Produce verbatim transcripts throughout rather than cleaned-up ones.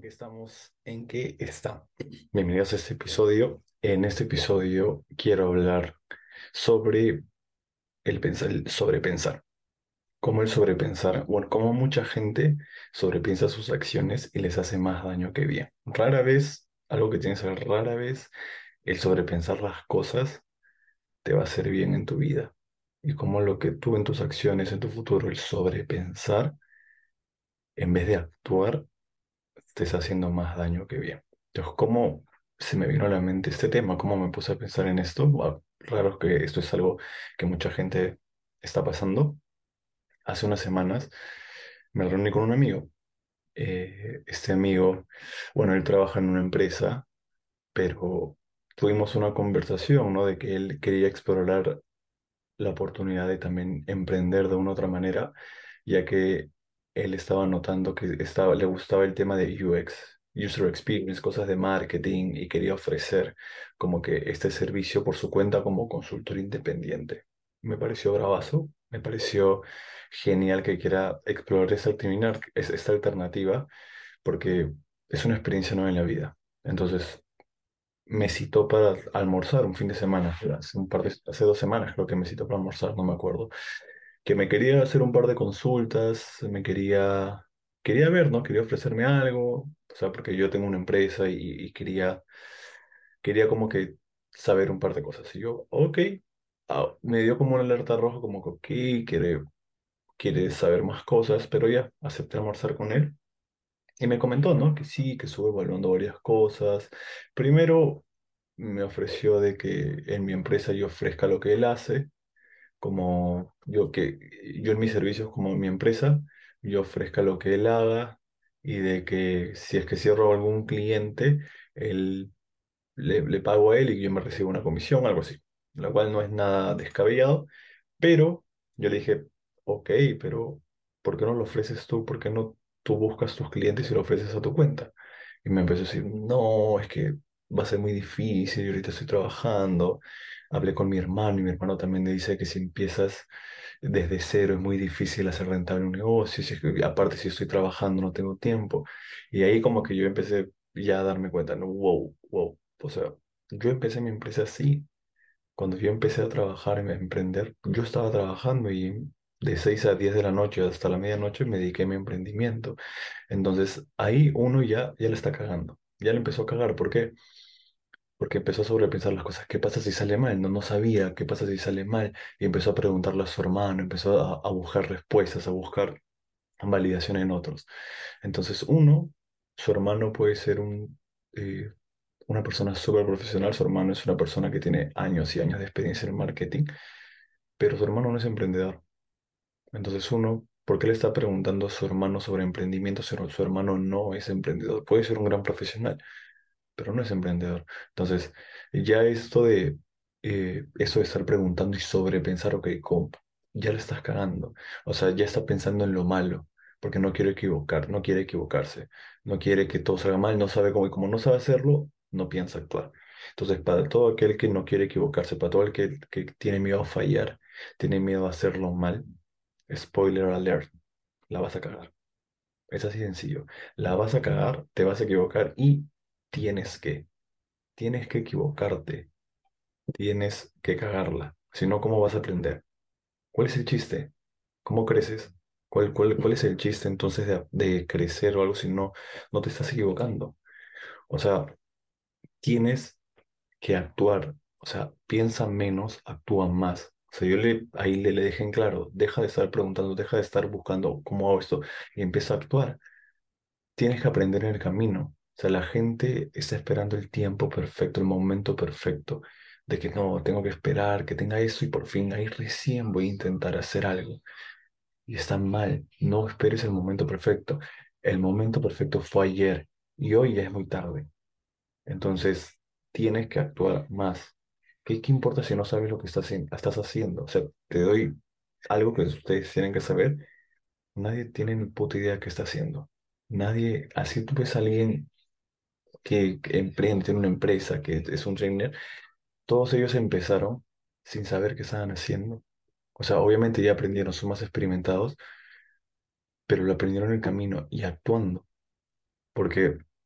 qué estamos? ¿En qué está? Bienvenidos a este episodio. En este episodio quiero hablar sobre el pensar, el sobrepensar. Cómo el sobrepensar, bueno, cómo mucha gente sobrepiensa sus acciones y les hace más daño que bien. Rara vez, algo que tienes que hacer rara vez, el sobrepensar las cosas te va a hacer bien en tu vida. Y cómo lo que tú en tus acciones, en tu futuro, el sobrepensar, en vez de actuar, te está haciendo más daño que bien. Entonces, ¿cómo se me vino a la mente este tema? ¿Cómo me puse a pensar en esto? Wow, raro que esto es algo que mucha gente está pasando. Hace unas semanas me reuní con un amigo. Eh, este amigo, bueno, él trabaja en una empresa, pero tuvimos una conversación, ¿no? De que él quería explorar la oportunidad de también emprender de una otra manera, ya que él estaba notando que estaba, le gustaba el tema de U X, User Experience, cosas de marketing, y quería ofrecer como que este servicio por su cuenta como consultor independiente. Me pareció bravazo, me pareció genial que quiera explorar esta, alternar- es- esta alternativa, porque es una experiencia nueva en la vida. Entonces, me citó para almorzar un fin de semana, hace un par de, hace dos semanas creo que me citó para almorzar, no me acuerdo, que me quería hacer un par de consultas, me quería, quería ver, ¿no? Quería ofrecerme algo, o sea, porque yo tengo una empresa y, y quería, quería como que saber un par de cosas. Y yo, ok, ah, me dio como una alerta roja, como que, ok, quiere, quiere saber más cosas, pero ya, acepté almorzar con él. Y me comentó, ¿no? Que sí, que estuvo evaluando varias cosas. Primero me ofreció de que en mi empresa yo ofrezca lo que él hace, como yo que yo en mis servicios como en mi empresa, yo ofrezca lo que él haga, y de que si es que cierro algún cliente, él le, le pago a él y yo me recibo una comisión, algo así, lo cual no es nada descabellado, pero yo le dije, ok, pero ¿por qué no lo ofreces tú? ¿Por qué no tú buscas tus clientes y lo ofreces a tu cuenta? Y me empezó a decir, no, es que va a ser muy difícil, yo ahorita estoy trabajando. Hablé con mi hermano y mi hermano también me dice que si empiezas desde cero es muy difícil hacer rentable un negocio, si es que, aparte si estoy trabajando no tengo tiempo. Y ahí como que yo empecé ya a darme cuenta, no, wow, wow. O sea, yo empecé mi empresa así. Cuando yo empecé a trabajar, a emprender, yo estaba trabajando y de seis a diez de la noche hasta la medianoche me dediqué a mi emprendimiento. Entonces ahí uno ya, ya le está cagando, ya le empezó a cagar. ¿Por qué? Porque empezó a sobrepensar las cosas. ¿Qué pasa si sale mal? No, no sabía qué pasa si sale mal. Y empezó a preguntarle a su hermano, empezó a, a buscar respuestas, a buscar validación en otros. Entonces uno, su hermano puede ser un... eh, una persona súper profesional. Su hermano es una persona que tiene años y años de experiencia en marketing, pero su hermano no es emprendedor. Entonces uno, ¿por qué le está preguntando a su hermano sobre emprendimiento si su hermano no es emprendedor? Puede ser un gran profesional, pero no es emprendedor. Entonces, ya esto de, eh, eso de estar preguntando y sobrepensar, ok, ¿cómo? Ya lo estás cagando. O sea, ya está pensando en lo malo, porque no quiere equivocar, no quiere equivocarse, no quiere que todo salga mal, no sabe cómo, y como no sabe hacerlo, no piensa actuar. Entonces, para todo aquel que no quiere equivocarse, para todo el que, que tiene miedo a fallar, tiene miedo a hacerlo mal, spoiler alert, la vas a cagar. Es así sencillo. La vas a cagar, te vas a equivocar y tienes que. Tienes que equivocarte, tienes que cagarla. Si no, ¿cómo vas a aprender? ¿Cuál es el chiste? ¿Cómo creces? ¿Cuál, cuál, cuál es el chiste entonces de, de crecer o algo si no, no te estás equivocando? O sea, tienes que actuar. O sea, piensa menos, actúa más. O sea, yo le, ahí le, le dejé en claro, deja de estar preguntando, deja de estar buscando cómo hago esto y empieza a actuar. Tienes que aprender en el camino. O sea, la gente está esperando el tiempo perfecto, el momento perfecto, de que no, tengo que esperar, que tenga eso y por fin ahí recién voy a intentar hacer algo. Y está mal, no esperes el momento perfecto. El momento perfecto fue ayer y hoy ya es muy tarde. Entonces, tienes que actuar más. ¿Qué, qué importa si no sabes lo que estás, haci- estás haciendo? O sea, te doy algo que ustedes tienen que saber. Nadie tiene ni puta idea qué está haciendo. Nadie, así tú ves a alguien que, que emprende, tiene una empresa, que es un trainer, todos ellos empezaron sin saber qué estaban haciendo. O sea, obviamente ya aprendieron, son más experimentados, pero lo aprendieron en el camino y actuando. Porque,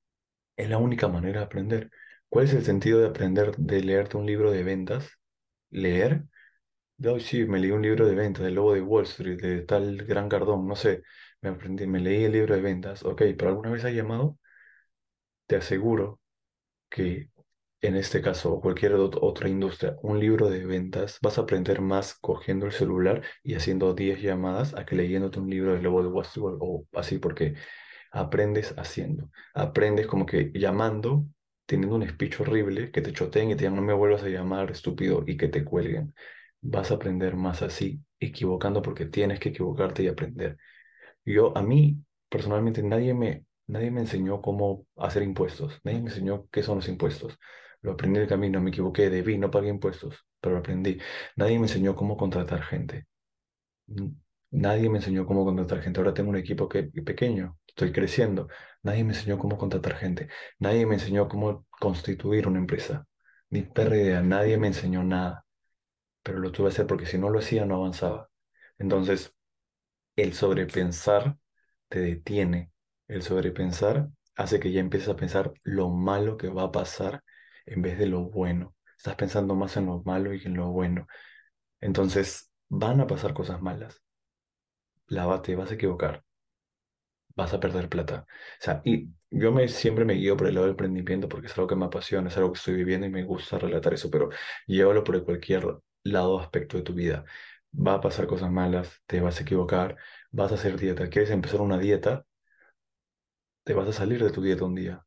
Es la única manera de aprender. ¿Cuál es el sentido de aprender de leerte un libro de ventas? ¿Leer? Yo sí, me leí un libro de ventas, del Lobo de Wall Street, de tal Gran Cardón, no sé. Me aprendí, me leí el libro de ventas. Ok, pero ¿alguna vez has llamado? Te aseguro que en este caso o cualquier ot- otra industria, un libro de ventas, vas a aprender más cogiendo el celular y haciendo diez llamadas a que leyéndote un libro del Lobo de Wall Street o así, porque aprendes haciendo. Aprendes como que llamando, teniendo un speech horrible, que te choteen y te digan no me vuelvas a llamar, estúpido, y que te cuelguen. Vas a aprender más así, equivocando porque tienes que equivocarte y aprender. Yo, a mí, personalmente, nadie me, nadie me enseñó cómo hacer impuestos. Nadie me enseñó qué son los impuestos. Lo aprendí en el camino, me equivoqué, debí, no pagué impuestos, pero lo aprendí. Nadie me enseñó cómo contratar gente. N- Nadie me enseñó cómo contratar gente. Ahora tengo un equipo que, pequeño, estoy creciendo. Nadie me enseñó cómo contratar gente. Nadie me enseñó cómo constituir una empresa. Ni perra idea, nadie me enseñó nada. Pero lo tuve que hacer porque si no lo hacía no avanzaba. Entonces, el sobrepensar te detiene. El sobrepensar hace que ya empieces a pensar lo malo que va a pasar en vez de lo bueno. Estás pensando más en lo malo y en lo bueno. Entonces, van a pasar cosas malas. La va- te vas a equivocar, vas a perder plata. O sea, y yo me, siempre me guío por el lado del emprendimiento porque es algo que me apasiona, es algo que estoy viviendo y me gusta relatar eso, pero llévalo por cualquier lado o aspecto de tu vida. Va a pasar cosas malas, te vas a equivocar, vas a hacer dieta. ¿Quieres empezar una dieta? Te vas a salir de tu dieta un día.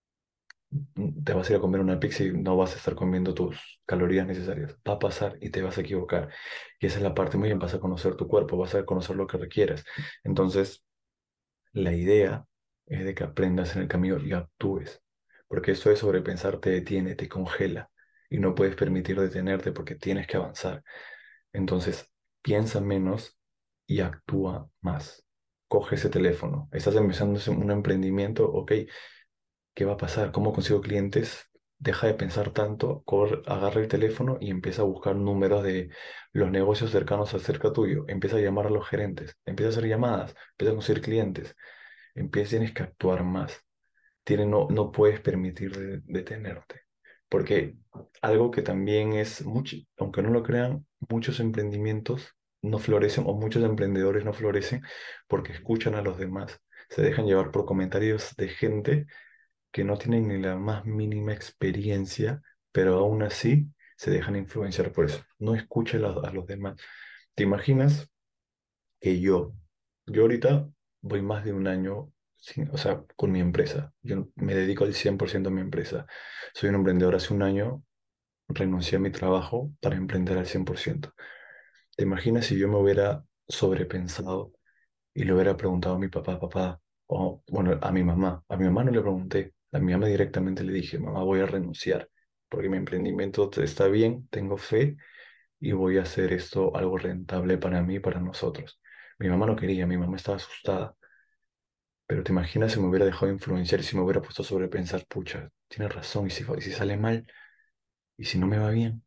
Mm, Te vas a ir a comer una pizza y no vas a estar comiendo tus calorías necesarias. Va a pasar y te vas a equivocar. Y esa es la parte muy bien, vas a conocer tu cuerpo, vas a conocer lo que requieres. Entonces, la idea es de que aprendas en el camino y actúes, porque eso de sobrepensar te detiene, te congela y no puedes permitir detenerte porque tienes que avanzar. Entonces, piensa menos y actúa más. Coge ese teléfono. Estás empezando un emprendimiento, ok, ¿qué va a pasar? ¿Cómo consigo clientes? Deja de pensar tanto, corre- agarra el teléfono y empieza a buscar números de los negocios cercanos al cerca tuyo. Empieza a llamar a los gerentes, empieza a hacer llamadas, empieza a conseguir clientes. Empieza, tienes que actuar más. Tiene, no, no puedes permitir de- detenerte. Porque algo que también es mucho, aunque no lo crean, muchos emprendimientos no florecen o muchos emprendedores no florecen porque escuchan a los demás. Se dejan llevar por comentarios de gente que no tienen ni la más mínima experiencia, pero aún así se dejan influenciar por eso. No escucha a los, a los demás. ¿Te imaginas que yo, yo ahorita voy más de un año, sin- o sea, con mi empresa? Yo me dedico al cien por ciento a mi empresa. Soy un emprendedor. Hace un año renuncié a mi trabajo para emprender al cien por ciento. ¿Te imaginas si yo me hubiera sobrepensado y le hubiera preguntado a mi papá, papá, o bueno, a mi mamá? A mi mamá no le pregunté, a mi mamá directamente le dije, mamá, voy a renunciar porque mi emprendimiento está bien, tengo fe y voy a hacer esto algo rentable para mí y para nosotros. Mi mamá no quería, mi mamá estaba asustada, pero te imaginas si me hubiera dejado influenciar y si me hubiera puesto a sobrepensar, pucha, tienes razón, y si, fa- y si sale mal, y si no me va bien,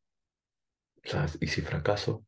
o sea, y si fracaso,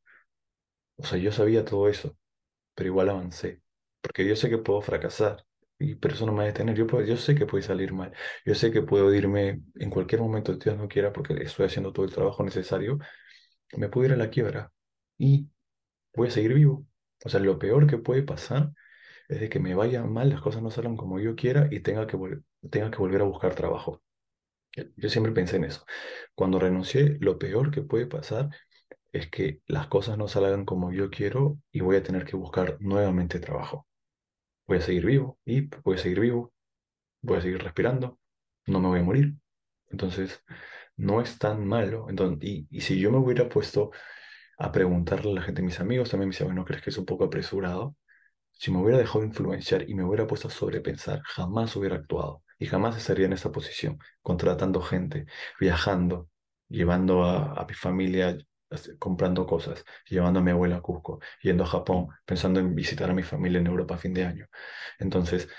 o sea, yo sabía todo eso, pero igual avancé, porque yo sé que puedo fracasar, y, pero eso no me va a detener. Yo, puedo- yo sé que puede salir mal, yo sé que puedo irme en cualquier momento, Dios no quiera, porque estoy haciendo todo el trabajo necesario, me puedo ir a la quiebra y voy a seguir vivo. O sea, lo peor que puede pasar es de que me vaya mal, las cosas no salgan como yo quiera y tenga que, vol- tenga que volver a buscar trabajo. Yo siempre pensé en eso. Cuando renuncié, lo peor que puede pasar es que las cosas no salgan como yo quiero y voy a tener que buscar nuevamente trabajo. Voy a seguir vivo y voy a seguir vivo, voy a seguir respirando, no me voy a morir. Entonces, no es tan malo. Entonces, y, y si yo me hubiera puesto a preguntarle a la gente, mis amigos también me decían, bueno, ¿no crees que es un poco apresurado? Si me hubiera dejado influenciar y me hubiera puesto a sobrepensar, jamás hubiera actuado y jamás estaría en esa posición, contratando gente, viajando, llevando a, a mi familia, así, comprando cosas, llevando a mi abuela a Cusco, yendo a Japón, pensando en visitar a mi familia en Europa a fin de año. Entonces,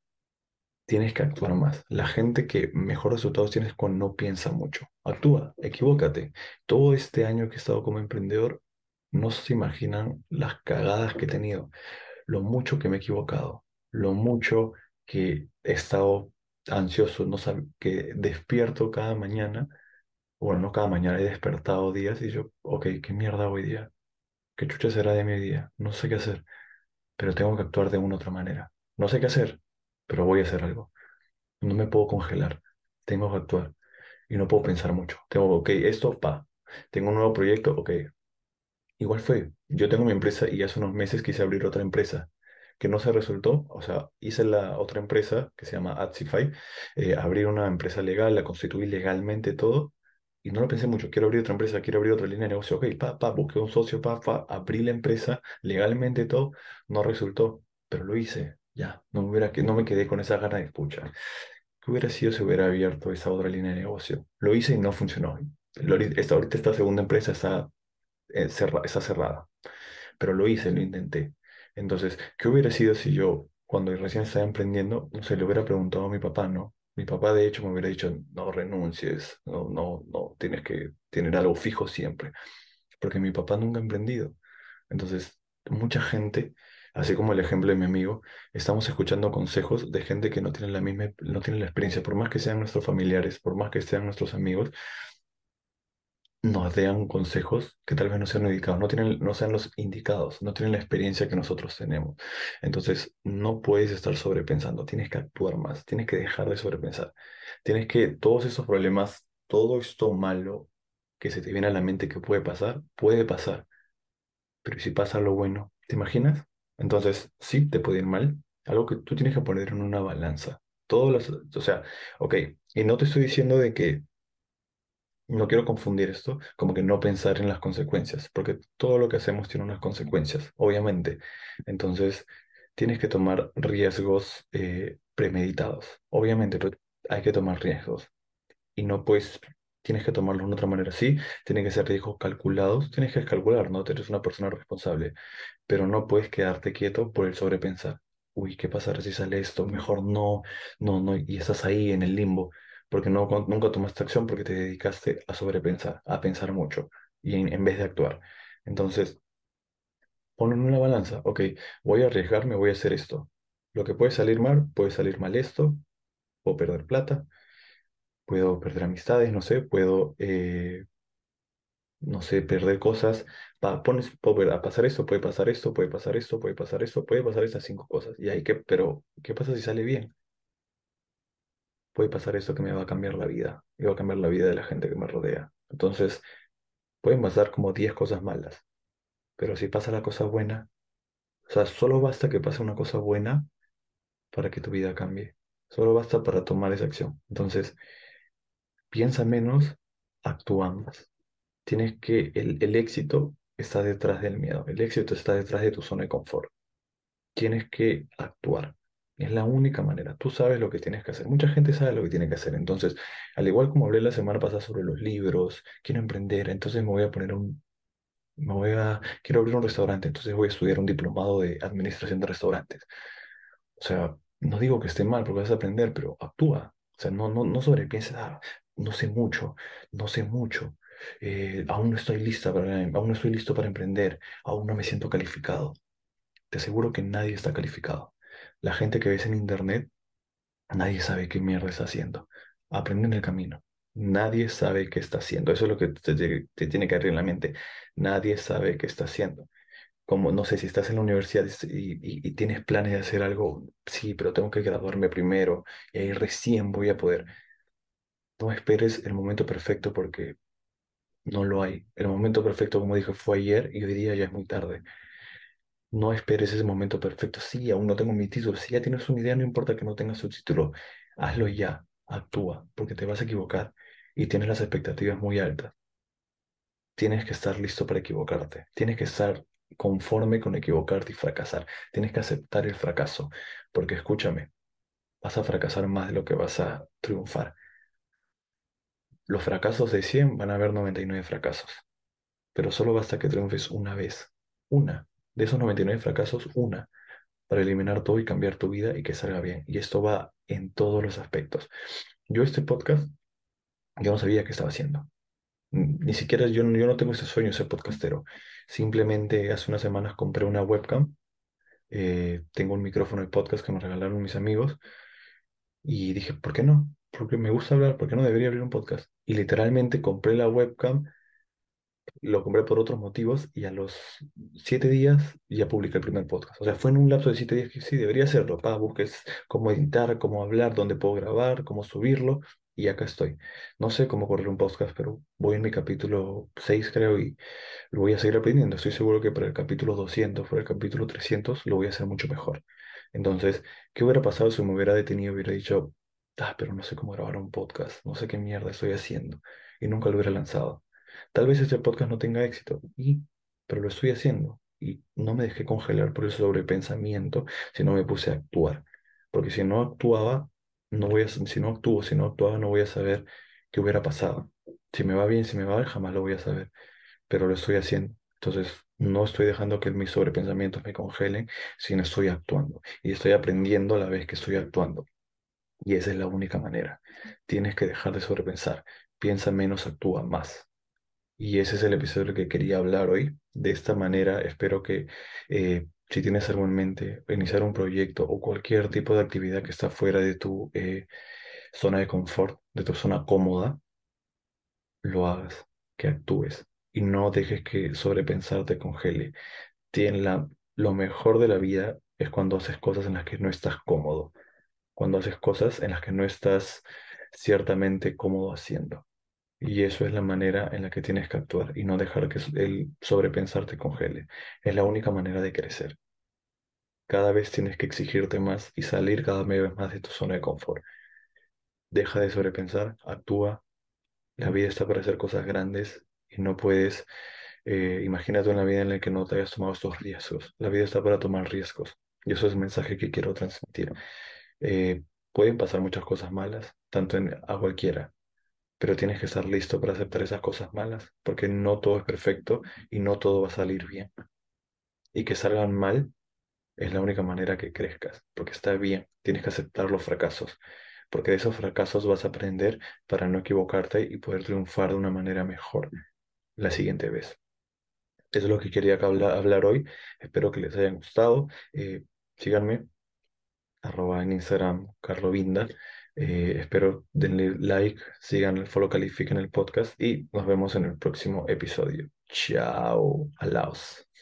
tienes que actuar más. La gente que mejor resultados tienes cuando no piensa mucho. Actúa, equivócate. Todo este año que he estado como emprendedor, no se imaginan las cagadas que he tenido, lo mucho que me he equivocado, lo mucho que he estado ansioso, no sab- que despierto cada mañana, bueno, no cada mañana, he despertado días y yo, ok, ¿qué mierda hoy día? ¿Qué chucha será de mi día? No sé qué hacer, pero tengo que actuar de una u otra manera. No sé qué hacer, pero voy a hacer algo. No me puedo congelar, tengo que actuar y no puedo pensar mucho. Tengo, ok, esto, pa. Tengo un nuevo proyecto, ok. Igual fue, yo tengo mi empresa y hace unos meses quise abrir otra empresa que no se resultó, o sea, hice la otra empresa que se llama Adsify, eh, abrir una empresa legal, la constituí legalmente todo y no lo pensé mucho, quiero abrir otra empresa, quiero abrir otra línea de negocio, ok, pa, pa, busqué un socio, pa, pa, abrí la empresa legalmente todo, no resultó, pero lo hice, ya, no me hubiera, que- no me quedé con esa gana de pucha. ¿Qué hubiera sido si hubiera abierto esa otra línea de negocio? Lo hice y no funcionó. Lo- Esta, ahorita esta segunda empresa está, eh, cerra- está cerrada, pero lo hice, lo intenté. Entonces, ¿qué hubiera sido si yo, cuando recién estaba emprendiendo, no sé, le hubiera preguntado a mi papá, ¿no? Mi papá, de hecho, me hubiera dicho, no renuncies, no, no, no, tienes que tener algo fijo siempre, porque mi papá nunca ha emprendido. Entonces, mucha gente, así como el ejemplo de mi amigo, estamos escuchando consejos de gente que no tiene la misma, no tiene la experiencia, por más que sean nuestros familiares, por más que sean nuestros amigos, nos den consejos que tal vez no sean indicados, no tienen, no sean los indicados, no tienen la experiencia que nosotros tenemos. Entonces, no puedes estar sobrepensando, tienes que actuar más, tienes que dejar de sobrepensar. Tienes que, todos esos problemas, todo esto malo que se te viene a la mente que puede pasar, puede pasar, pero ¿y si pasa lo bueno? ¿Te imaginas? Entonces, sí, te puede ir mal, algo que tú tienes que poner en una balanza. Todos los, o sea, ok, y no te estoy diciendo de que no quiero confundir esto, como que no pensar en las consecuencias, porque todo lo que hacemos tiene unas consecuencias, obviamente. Entonces, tienes que tomar riesgos eh, premeditados, obviamente, pero hay que tomar riesgos y no puedes, tienes que tomarlo de una otra manera. Sí, tienen que ser riesgos calculados, tienes que calcular, ¿no? Tú eres una persona responsable, pero no puedes quedarte quieto por el sobrepensar. Uy, ¿qué pasará si sale esto? Mejor no, no, no, y estás ahí en el limbo, porque no, con- nunca tomaste acción porque te dedicaste a sobrepensar, a pensar mucho, y en, en vez de actuar. Entonces, ponlo en una balanza, ok, voy a arriesgarme, voy a hacer esto. Lo que puede salir mal, puede salir mal esto, puedo perder plata, puedo perder amistades, no sé, puedo eh, no sé, perder cosas, pa- pones, puede a pasar esto, puede pasar esto, puede pasar esto, puede pasar esto, puede pasar estas cinco cosas. Y hay que, pero, ¿qué pasa si sale bien? Puede pasar esto que me va a cambiar la vida, y va a cambiar la vida de la gente que me rodea. Entonces, pueden pasar como diez cosas malas, pero si pasa la cosa buena, o sea, solo basta que pase una cosa buena para que tu vida cambie. Solo basta para tomar esa acción. Entonces, piensa menos, actúa más. Tienes que, el, el éxito está detrás del miedo, el éxito está detrás de tu zona de confort. Tienes que actuar. Es la única manera. Tú sabes lo que tienes que hacer. Mucha gente sabe lo que tiene que hacer. Entonces, al igual como hablé la semana pasada sobre los libros, quiero emprender, entonces me voy a poner un, me voy a, quiero abrir un restaurante, entonces voy a estudiar un diplomado de administración de restaurantes. O sea, no digo que esté mal porque vas a aprender, pero actúa. O sea, no, no, no sobrepienses, ah, no sé mucho, no sé mucho. eh, aún no estoy lista para, aún no estoy listo para emprender, aún no me siento calificado. Te aseguro que nadie está calificado. La gente que ves en internet, nadie sabe qué mierda está haciendo. Aprende en el camino. Nadie sabe qué está haciendo. Eso es lo que te, te- te tiene que abrir en la mente. Nadie sabe qué está haciendo. Como, no sé, si estás en la universidad y, y- y tienes planes de hacer algo, sí, pero tengo que graduarme primero y ahí recién voy a poder. No esperes el momento perfecto porque no lo hay. El momento perfecto, como dije, fue ayer y hoy día ya es muy tarde. No esperes ese momento perfecto. Sí, aún no tengo mi título. Si ya tienes una idea, no importa que no tengas su título. Hazlo ya. Actúa, porque te vas a equivocar y tienes las expectativas muy altas. Tienes que estar listo para equivocarte. Tienes que estar conforme con equivocarte y fracasar. Tienes que aceptar el fracaso, porque escúchame, vas a fracasar más de lo que vas a triunfar. Los fracasos de cien van a haber noventa y nueve fracasos, pero solo basta que triunfes una vez. Una. De esos noventa y nueve fracasos, una para eliminar todo y cambiar tu vida y que salga bien. Y esto va en todos los aspectos. Yo este podcast, yo no sabía qué estaba haciendo. Mm, Ni siquiera yo, no- yo no tengo ese sueño de ser podcastero. Simplemente hace unas semanas compré una webcam. eh, tengo un micrófono de podcast que me regalaron mis amigos Y dije, ¿por qué no? Porque me gusta hablar, ¿por qué no debería abrir un podcast? Y literalmente compré la webcam, lo compré por otros motivos y a los siete días ya publiqué el primer podcast. O sea, fue en un lapso de siete días que sí, debería hacerlo. Pa, busques cómo editar, cómo hablar, dónde puedo grabar, cómo subirlo y acá estoy. No sé cómo correr un podcast, pero voy en mi capítulo seis creo y lo voy a seguir aprendiendo. Estoy seguro que para el capítulo doscientos, para el capítulo trescientos, lo voy a hacer mucho mejor. Entonces, ¿qué hubiera pasado si me hubiera detenido y hubiera dicho, ah, pero no sé cómo grabar un podcast, no sé qué mierda estoy haciendo y nunca lo hubiera lanzado? Tal vez este podcast no tenga éxito, y, pero lo estoy haciendo y no me dejé congelar por el sobrepensamiento, sino me puse a actuar. Porque si no actuaba, no voy a, si no actúo, si no actuaba, no voy a saber qué hubiera pasado. Si me va bien, si me va mal, jamás lo voy a saber, pero lo estoy haciendo. Entonces, no estoy dejando que mis sobrepensamientos me congelen, sino estoy actuando. Y estoy aprendiendo a la vez que estoy actuando. Y esa es la única manera. Tienes que dejar de sobrepensar. Piensa menos, actúa más. Y ese es el episodio del que quería hablar hoy. De esta manera, espero que eh, si tienes algo en mente, iniciar un proyecto o cualquier tipo de actividad que está fuera de tu eh, zona de confort, de tu zona cómoda, lo hagas, que actúes y no dejes que sobrepensar te congele. Tien la, lo mejor de la vida es cuando haces cosas en las que no estás cómodo, cuando haces cosas en las que no estás ciertamente cómodo haciendo. Y eso es la manera en la que tienes que actuar y no dejar que el sobrepensar te congele. Es la única manera de crecer. Cada vez tienes que exigirte más y salir cada vez más de tu zona de confort. Deja de sobrepensar, actúa. La vida está para hacer cosas grandes y no puedes, eh, imagínate una vida en la que no te hayas tomado estos riesgos. La vida está para tomar riesgos. Y eso es el mensaje que quiero transmitir. Eh, Pueden pasar muchas cosas malas, tanto en, a cualquiera, pero tienes que estar listo para aceptar esas cosas malas, porque no todo es perfecto y no todo va a salir bien. Y que salgan mal es la única manera que crezcas, porque está bien, tienes que aceptar los fracasos, porque de esos fracasos vas a aprender para no equivocarte y poder triunfar de una manera mejor la siguiente vez. Eso es lo que quería que habla- hablar hoy. Espero que les haya gustado. Eh, síganme, arroba en Instagram, Carlovinda. Eh, espero denle like, sigan el follow, califiquen el podcast y nos vemos en el próximo episodio. Chao, alaos.